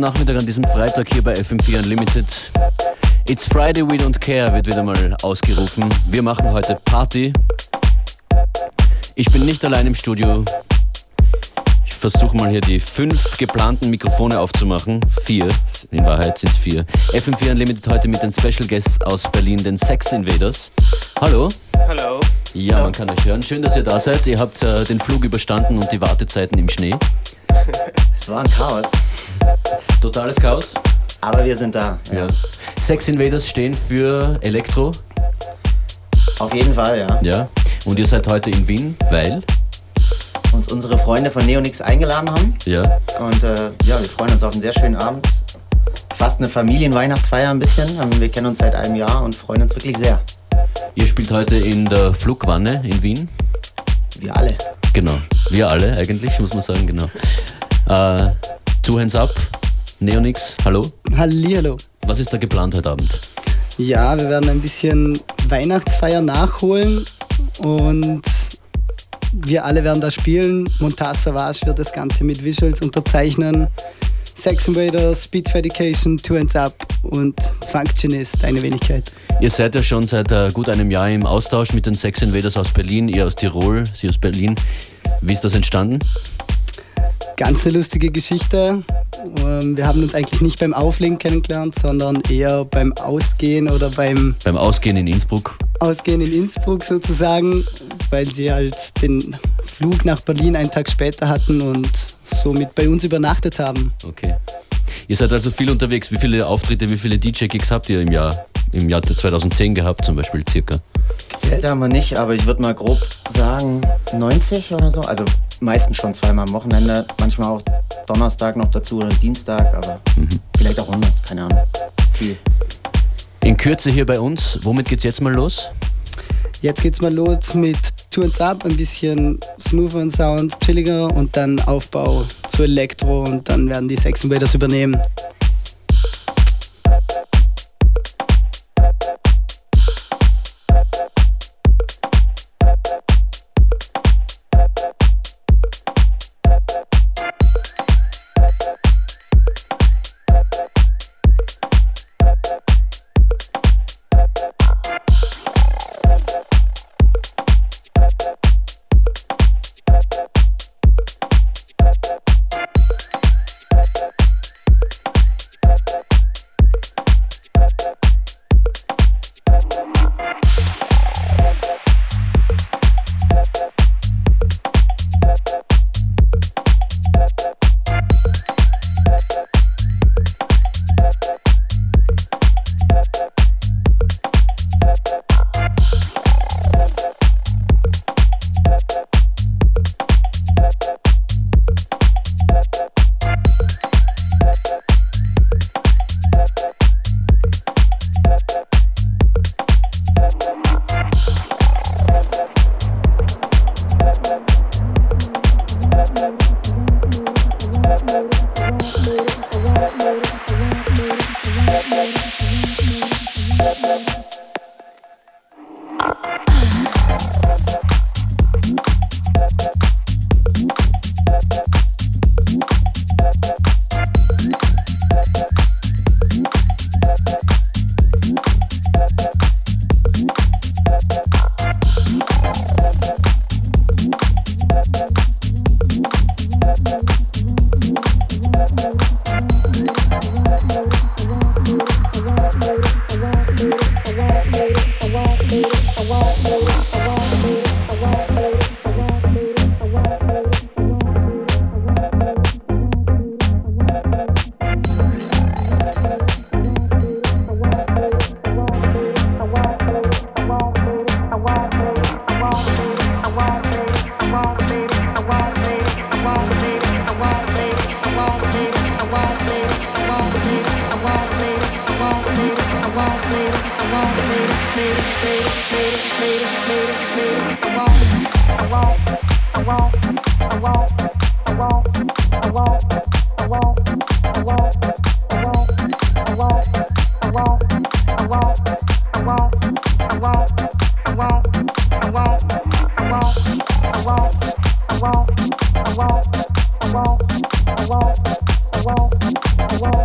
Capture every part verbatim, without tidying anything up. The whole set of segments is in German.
Nachmittag an diesem Freitag hier bei F M vier Unlimited. It's Friday, we don't care wird wieder mal ausgerufen. Wir machen heute Party. Ich bin nicht allein im Studio. Ich versuche mal hier die fünf geplanten Mikrofone aufzumachen. Vier, in Wahrheit sind es vier. F M vier Unlimited heute mit den Special Guests aus Berlin, den Sex Invaders. Hallo. Hallo. Ja, man kann euch hören. Schön, dass ihr da seid. Ihr habt äh, den Flug überstanden und die Wartezeiten im Schnee. Es war ein Chaos. Totales Chaos. Aber wir sind da. Ja. Ja. Sex Invaders stehen für Elektro. Auf jeden Fall, ja. Ja. Und ihr seid heute in Wien, weil? Uns unsere Freunde von Neonix eingeladen haben. Ja. Und äh, ja, wir freuen uns auf einen sehr schönen Abend. Fast eine Familienweihnachtsfeier ein bisschen. Wir kennen uns seit einem Jahr und freuen uns wirklich sehr. Ihr spielt heute in der Flugwanne in Wien. Wir alle. Genau. Wir alle eigentlich, muss man sagen, genau. Äh, Two Hands Up, Neonix, hallo. Hallihallo. Was ist da geplant heute Abend? Ja, wir werden ein bisschen Weihnachtsfeier nachholen und wir alle werden da spielen. Montage Savage wird das Ganze mit Visuals unterzeichnen. Sex Invaders, Beats Education, Two Hands Up und Functionist, eine Wenigkeit. Ihr seid ja schon seit äh, gut einem Jahr im Austausch mit den Sex Invaders aus Berlin, ihr aus Tirol, sie aus Berlin. Wie ist das entstanden? Ganz eine lustige Geschichte. Wir haben uns eigentlich nicht beim Auflegen kennengelernt, sondern eher beim Ausgehen oder beim... Beim Ausgehen in Innsbruck? Ausgehen in Innsbruck sozusagen, weil sie halt den Flug nach Berlin einen Tag später hatten und somit bei uns übernachtet haben. Okay. Ihr seid also viel unterwegs. Wie viele Auftritte, wie viele D J-Gigs habt ihr im Jahr? Im Jahr zweitausendzehn gehabt zum Beispiel circa? Gezählt haben wir nicht, aber ich würde mal grob sagen neunzig oder so. Also meistens schon zweimal am Wochenende, manchmal auch Donnerstag noch dazu oder Dienstag, aber mhm. vielleicht auch hundert, keine Ahnung. Viel. In Kürze hier bei uns, womit geht's jetzt mal los? Jetzt geht's mal los mit Two Hands Up, ein bisschen smoother Sound, chilliger und dann Aufbau zu Elektro und dann werden die Sex Invaders übernehmen. Wow.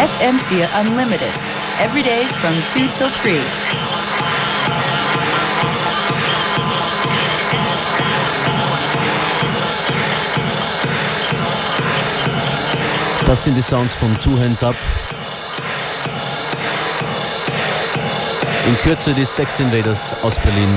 F M vier Unlimited. Every day from two till three. Das sind die Sounds von Two Hands Up. In Kürze die Sex Invaders aus Berlin.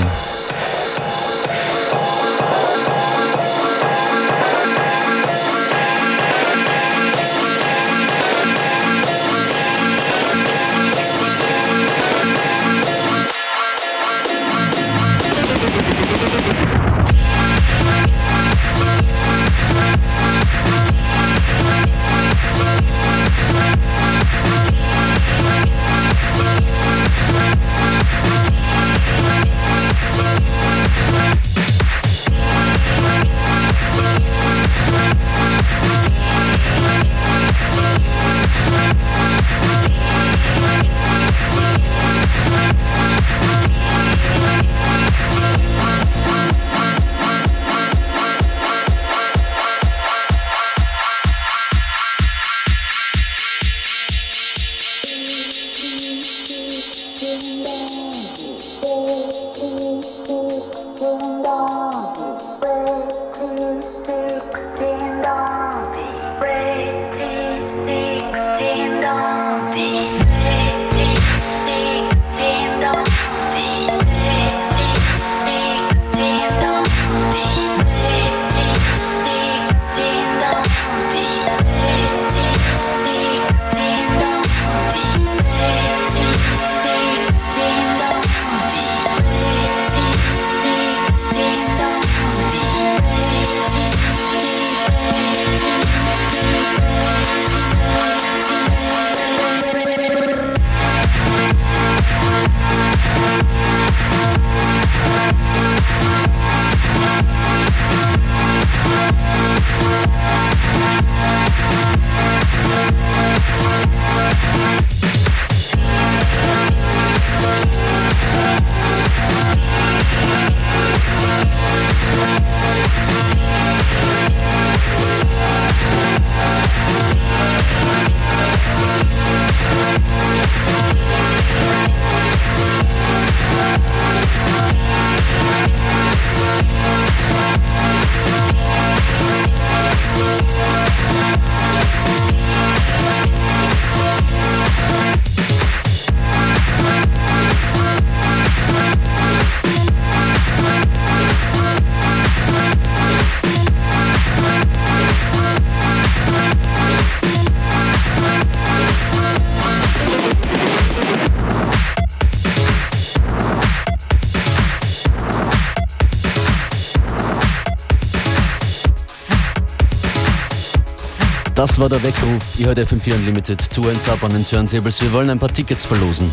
Das war der Weckruf. Ihr hört F M vier Unlimited, Two Hands Up an den Turntables. Wir wollen ein paar Tickets verlosen.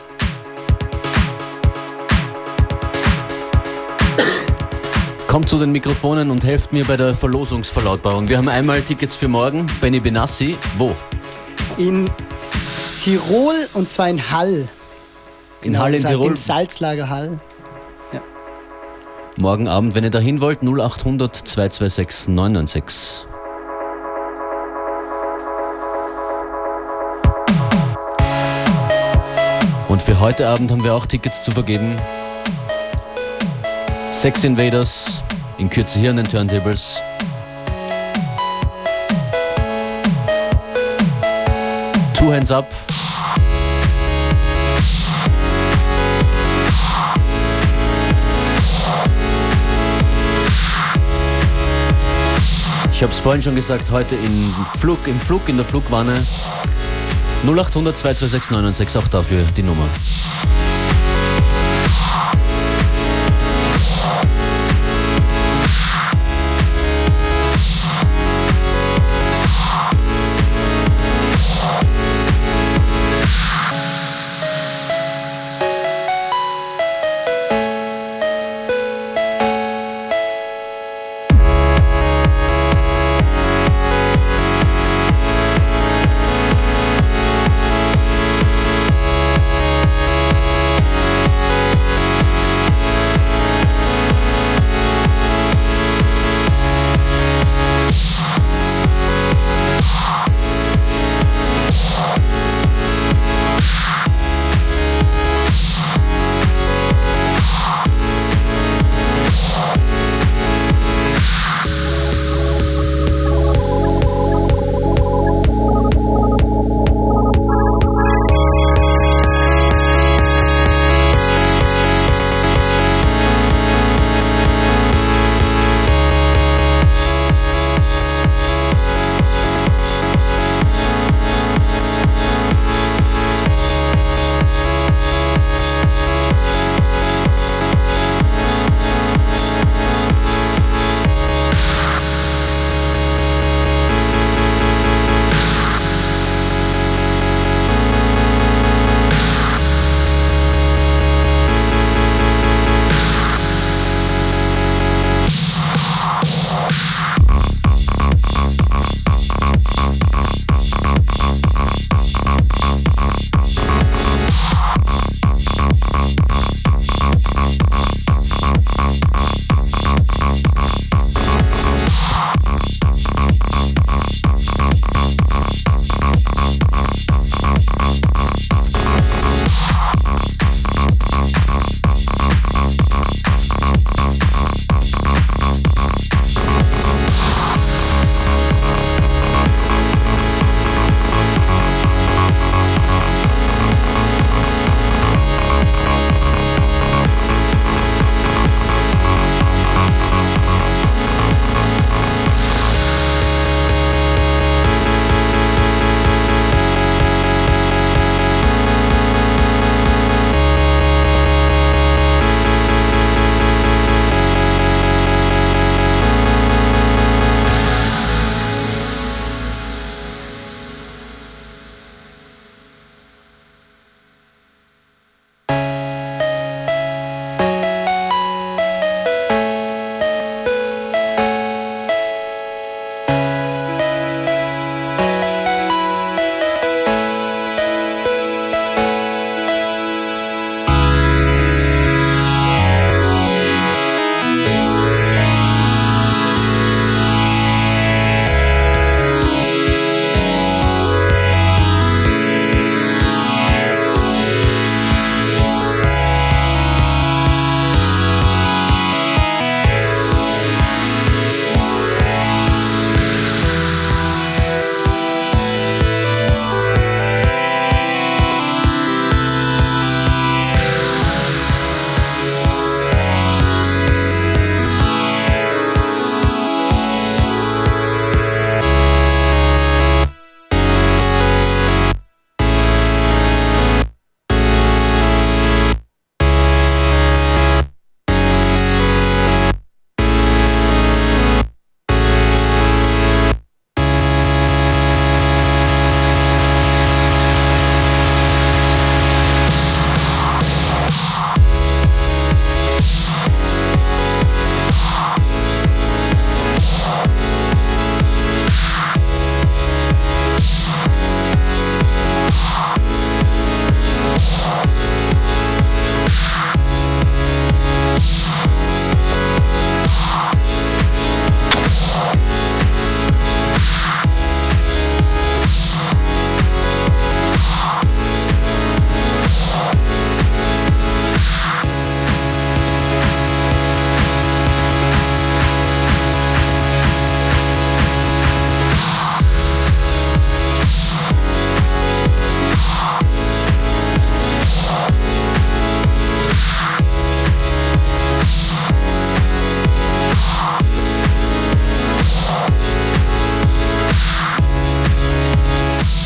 Kommt zu den Mikrofonen und helft mir bei der Verlosungsverlautbarung. Wir haben einmal Tickets für morgen. Benny Benassi, wo? In Tirol und zwar in Hall. In Genau Hall in gesagt, Tirol? Im Salzlager Hall. Ja. Morgen Abend, wenn ihr da hin wollt, null acht hundert zwei zwei sechs neun neun sechs. Und für heute Abend haben wir auch Tickets zu vergeben. Sex Invaders, in Kürze hier an den Turntables. Two Hands Up. Ich habe es vorhin schon gesagt, heute im Flug, im Flug, in der Flugwanne. null acht hundert zwei zwei sechs neun neun sechs, auch dafür die Nummer.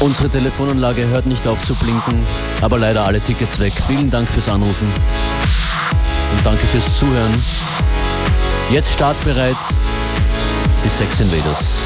Unsere Telefonanlage hört nicht auf zu blinken, aber leider alle Tickets weg. Vielen Dank fürs Anrufen und danke fürs Zuhören. Jetzt startbereit, die Sex Invaders.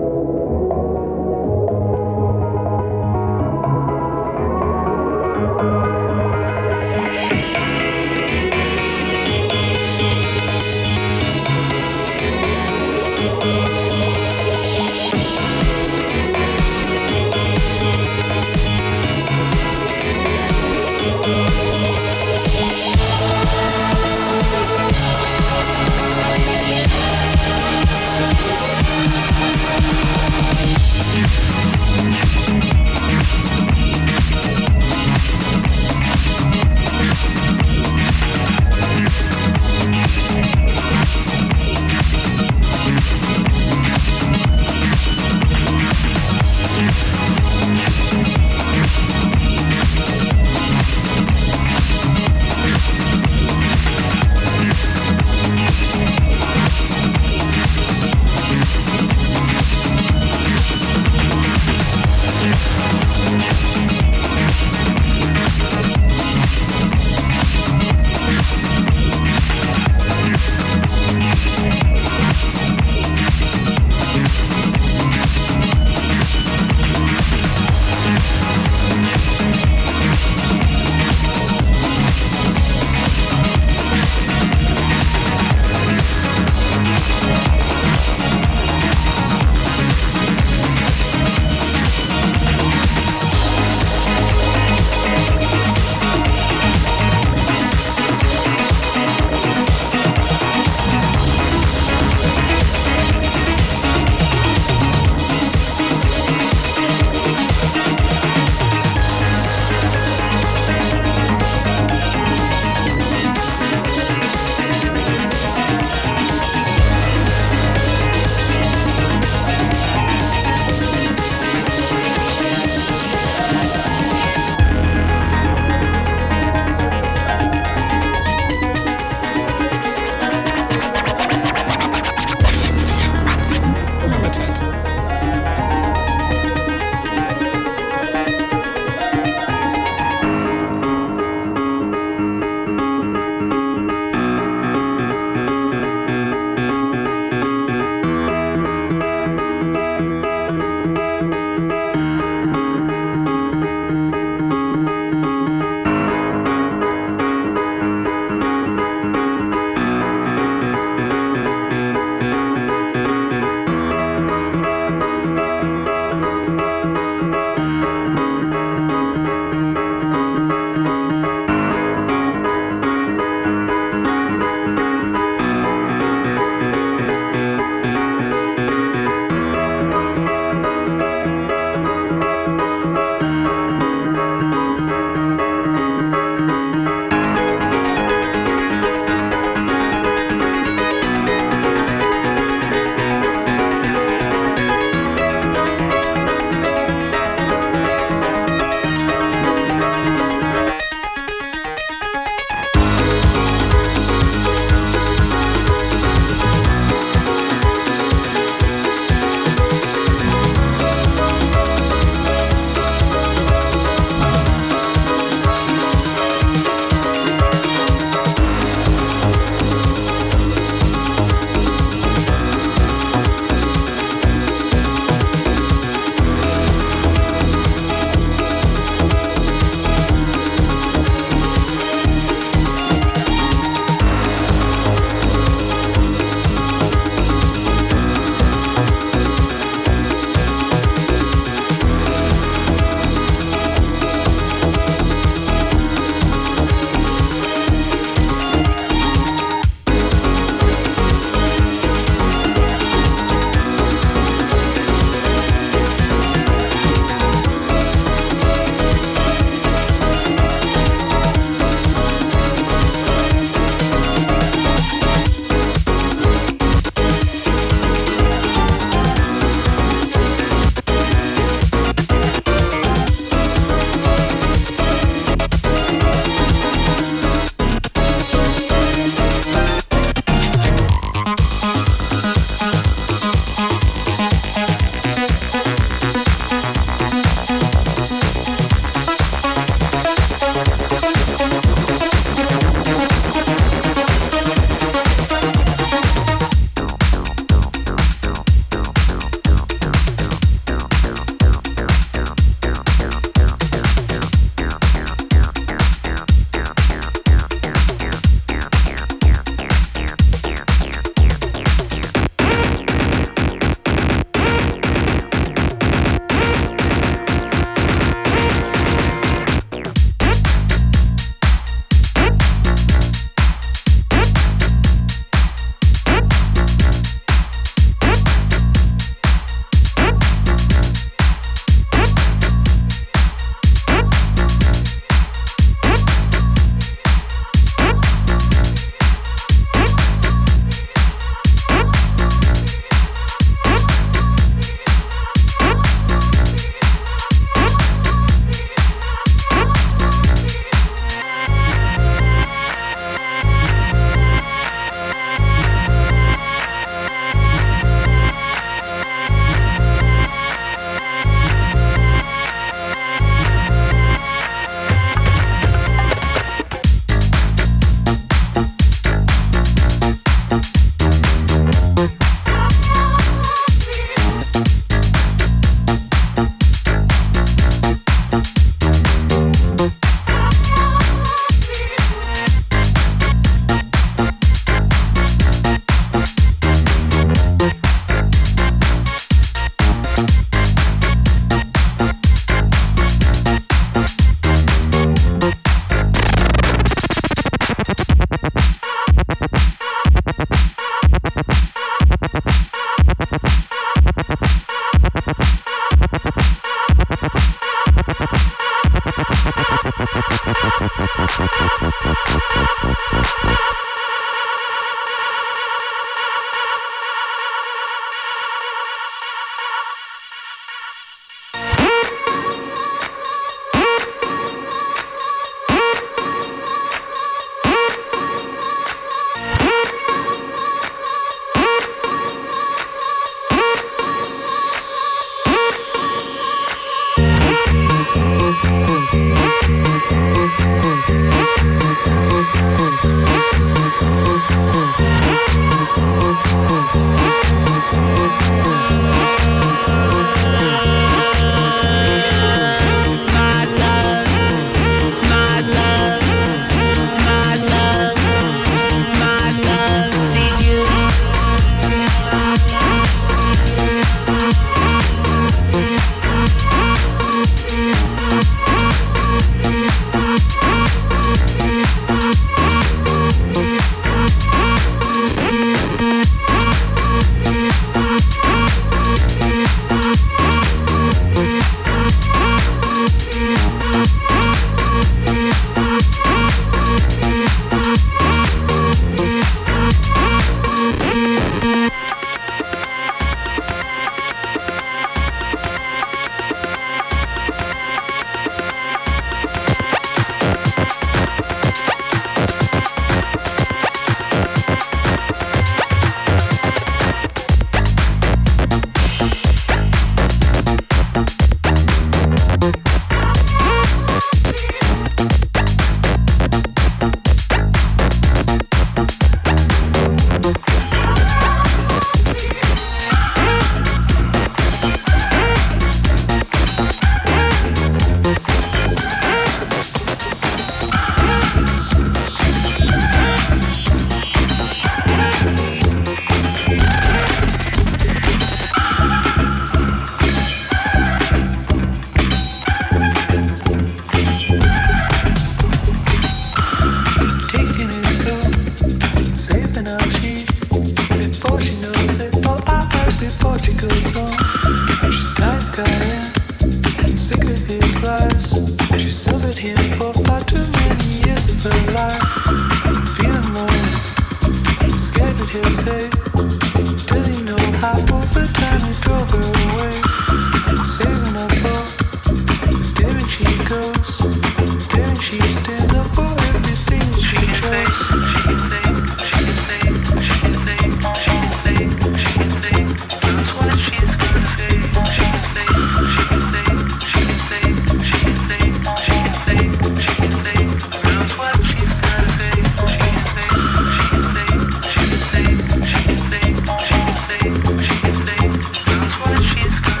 She's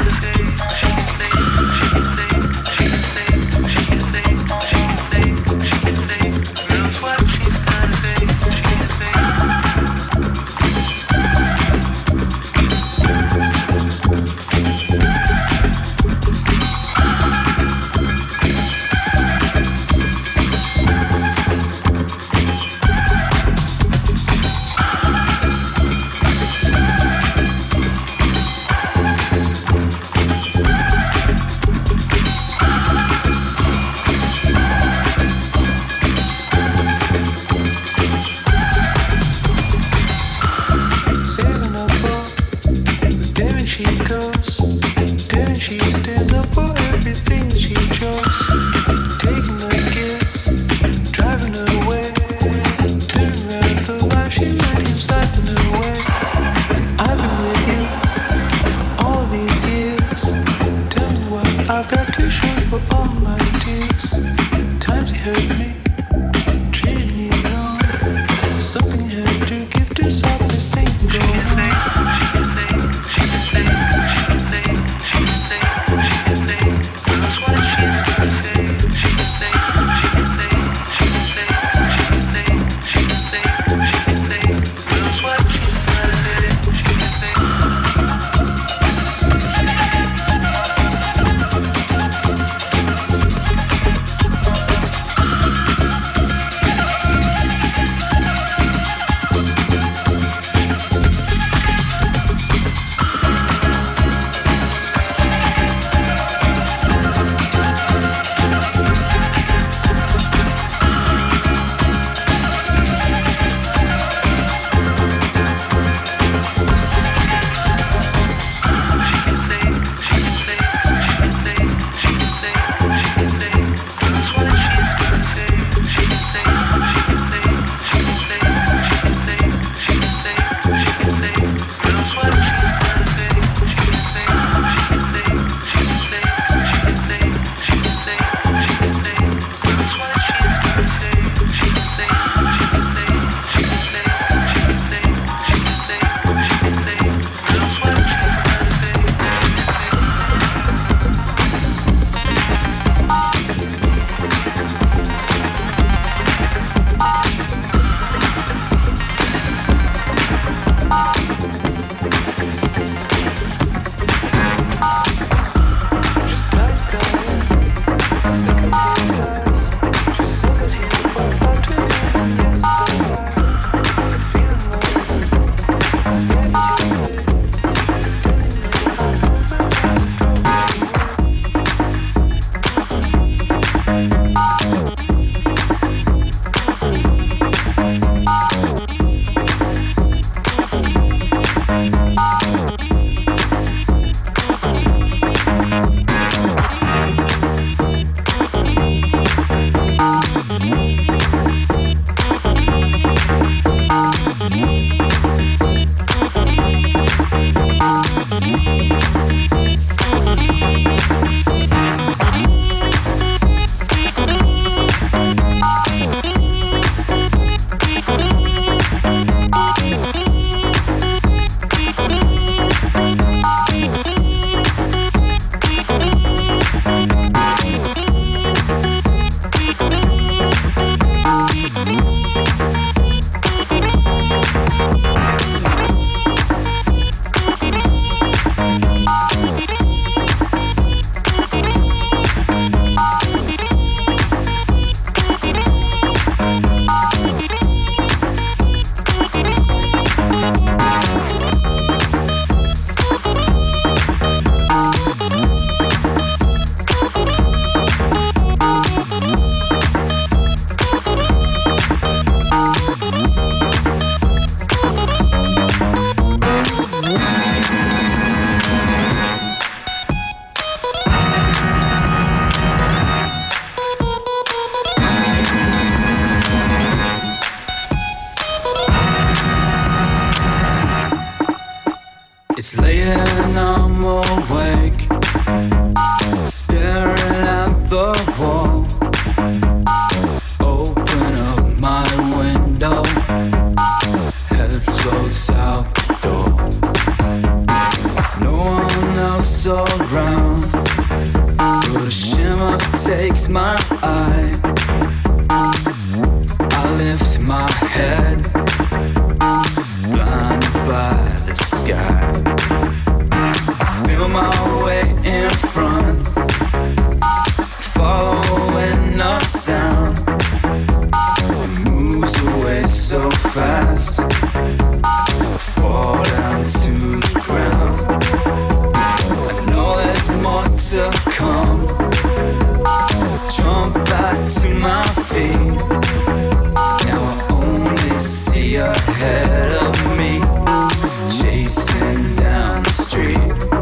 It's late and I'm awake, staring at the wall. Open up my window, head floats out the door. No one else around, but a shimmer takes my eye. I lift my head, blinded by the sky. Feel my way in front, following the sound. It moves away so fast, I fall down to the ground. I know there's more to come. Jump back to my feet. Now I only see ahead of me, chasing down the street.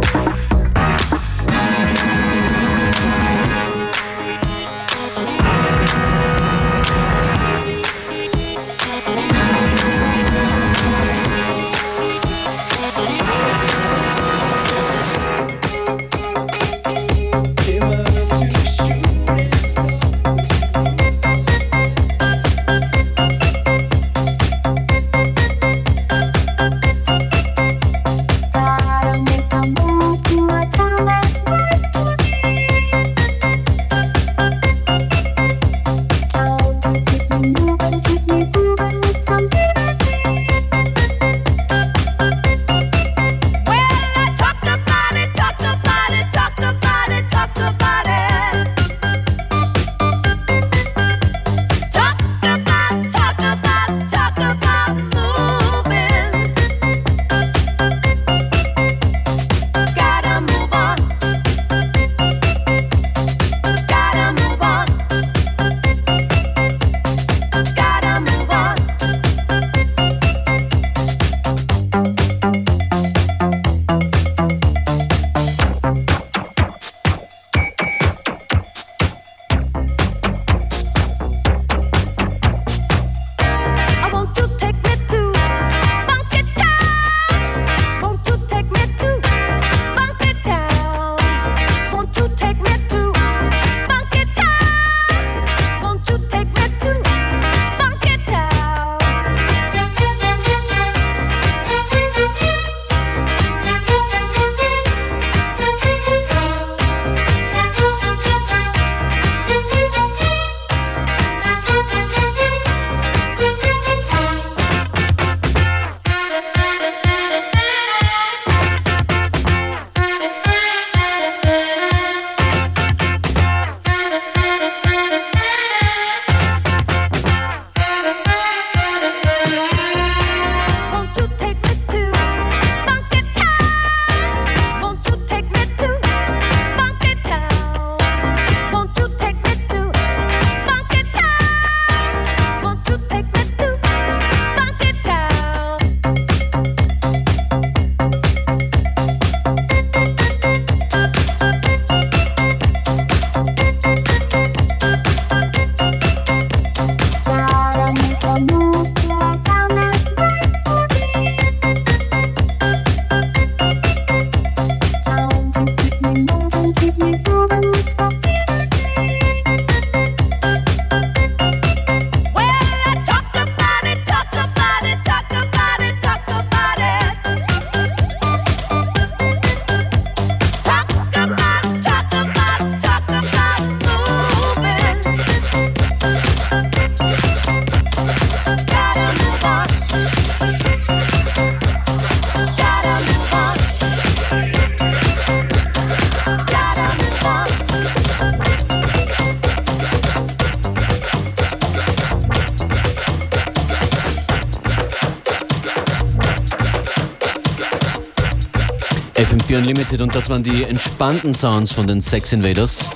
F M vier Unlimited und das waren die entspannten Sounds von den Sex Invaders.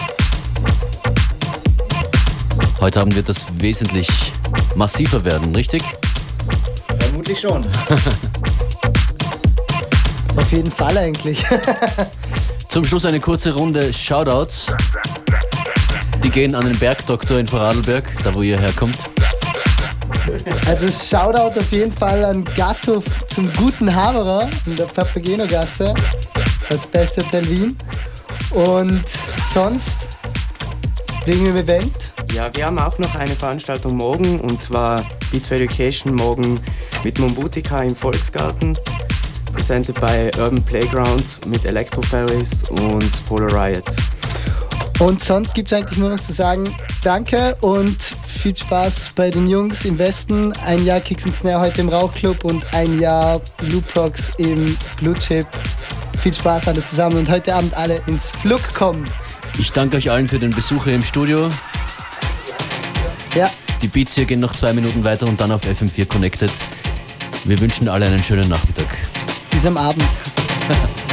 Heute Abend wird das wesentlich massiver werden, richtig? Vermutlich schon. Auf jeden Fall eigentlich. Zum Schluss eine kurze Runde Shoutouts. Die gehen an den Bergdoktor in Vorarlberg, da wo ihr herkommt. Also Shoutout auf jeden Fall an Gasthof zum guten Haberer in der Papageno-Gasse, das beste Hotel Wien. Und sonst, wegen dem Event? Ja, wir haben auch noch eine Veranstaltung morgen, und zwar Beats for Education morgen mit Mombutika im Volksgarten, presented by Urban Playground mit Electro Ferries und Polar Riot. Und sonst gibt es eigentlich nur noch zu sagen, danke und viel Spaß bei den Jungs im Westen. Ein Jahr Kicks and Snare heute im Rauchclub und ein Jahr Loop Rocks im Blue Chip. Viel Spaß alle zusammen und heute Abend alle ins Flug kommen. Ich danke euch allen für den Besuch hier im Studio. Ja. Die Beats hier gehen noch zwei Minuten weiter und dann auf F M vier Connected. Wir wünschen alle einen schönen Nachmittag. Bis am Abend.